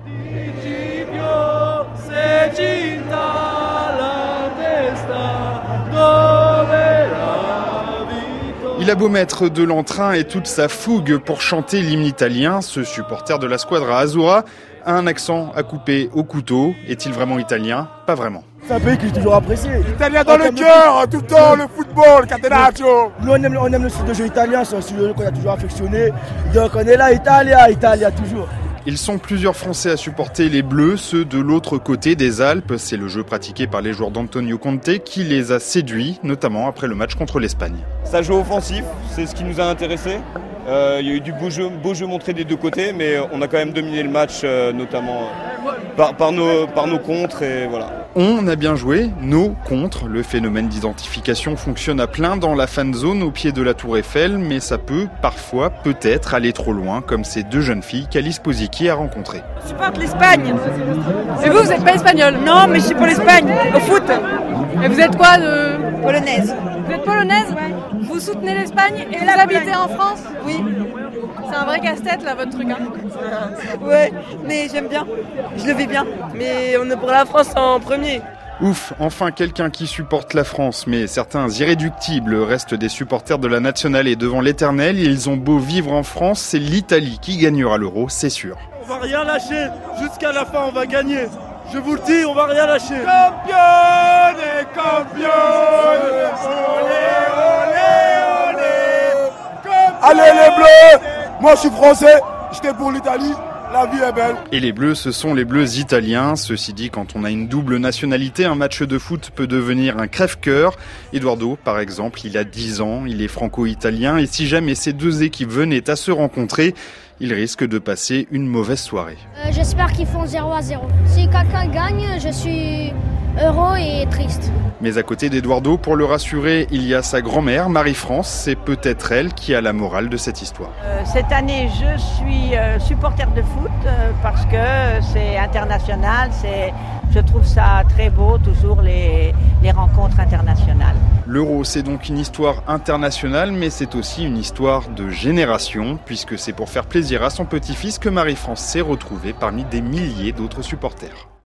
Il a beau mettre de l'entrain et toute sa fougue pour chanter l'hymne italien, ce supporter de la Squadra Azzurra a un accent à couper au couteau. Est-il vraiment italien? Pas vraiment. C'est un pays que j'ai toujours apprécié. Italien dans le cœur, tout le temps, le football, catenaccio. Nous, on aime le style de jeu italien, c'est un style de jeu qu'on a toujours affectionné. Donc on est là, Italia, toujours. Ils sont plusieurs Français à supporter les Bleus, ceux de l'autre côté des Alpes. C'est le jeu pratiqué par les joueurs d'Antonio Conte qui les a séduits, notamment après le match contre l'Espagne. Ça joue offensif, c'est ce qui nous a intéressés. Il y a eu du beau jeu montré des deux côtés, mais on a quand même dominé le match, notamment par nos contres. Et voilà. On a bien joué, nos contres. Le phénomène d'identification fonctionne à plein dans la fan zone au pied de la Tour Eiffel, mais ça peut parfois, peut-être, aller trop loin, comme ces deux jeunes filles qu'Alice Posicki a rencontrées. Je supporte l'Espagne. Et vous êtes pas espagnol? Non, mais je suis pour l'Espagne, au foot. Et vous êtes quoi de... Polonaise. Vous êtes polonaise? Ouais. Vous soutenez l'Espagne et vous habitez en France? Oui. C'est un vrai casse-tête là, votre truc. Ouais, mais j'aime bien. Je le vis bien. Mais on est pour la France en premier. Ouf, enfin quelqu'un qui supporte la France, mais certains irréductibles restent des supporters de la nationale et devant l'éternel, ils ont beau vivre en France, c'est l'Italie qui gagnera l'Euro, c'est sûr. On va rien lâcher, jusqu'à la fin on va gagner. Je vous le dis, on va rien lâcher. Campione, campione, allez les Bleus! Moi je suis français, j'étais pour l'Italie. La vie est belle. Et les Bleus, ce sont les Bleus italiens. Ceci dit, quand on a une double nationalité, un match de foot peut devenir un crève-cœur. Eduardo, par exemple, il a 10 ans, il est franco-italien. Et si jamais ces deux équipes venaient à se rencontrer, il risque de passer une mauvaise soirée. J'espère qu'ils font 0-0. Si quelqu'un gagne, je suis heureux et triste. Mais à côté d'Eduardo, pour le rassurer, il y a sa grand-mère, Marie-France. C'est peut-être elle qui a la morale de cette histoire. Cette année, je suis supporter de foot parce que c'est international. Je trouve ça très beau, toujours les rencontres internationales. L'Euro, c'est donc une histoire internationale, mais c'est aussi une histoire de génération, puisque c'est pour faire plaisir à son petit-fils que Marie-France s'est retrouvée parmi des milliers d'autres supporters.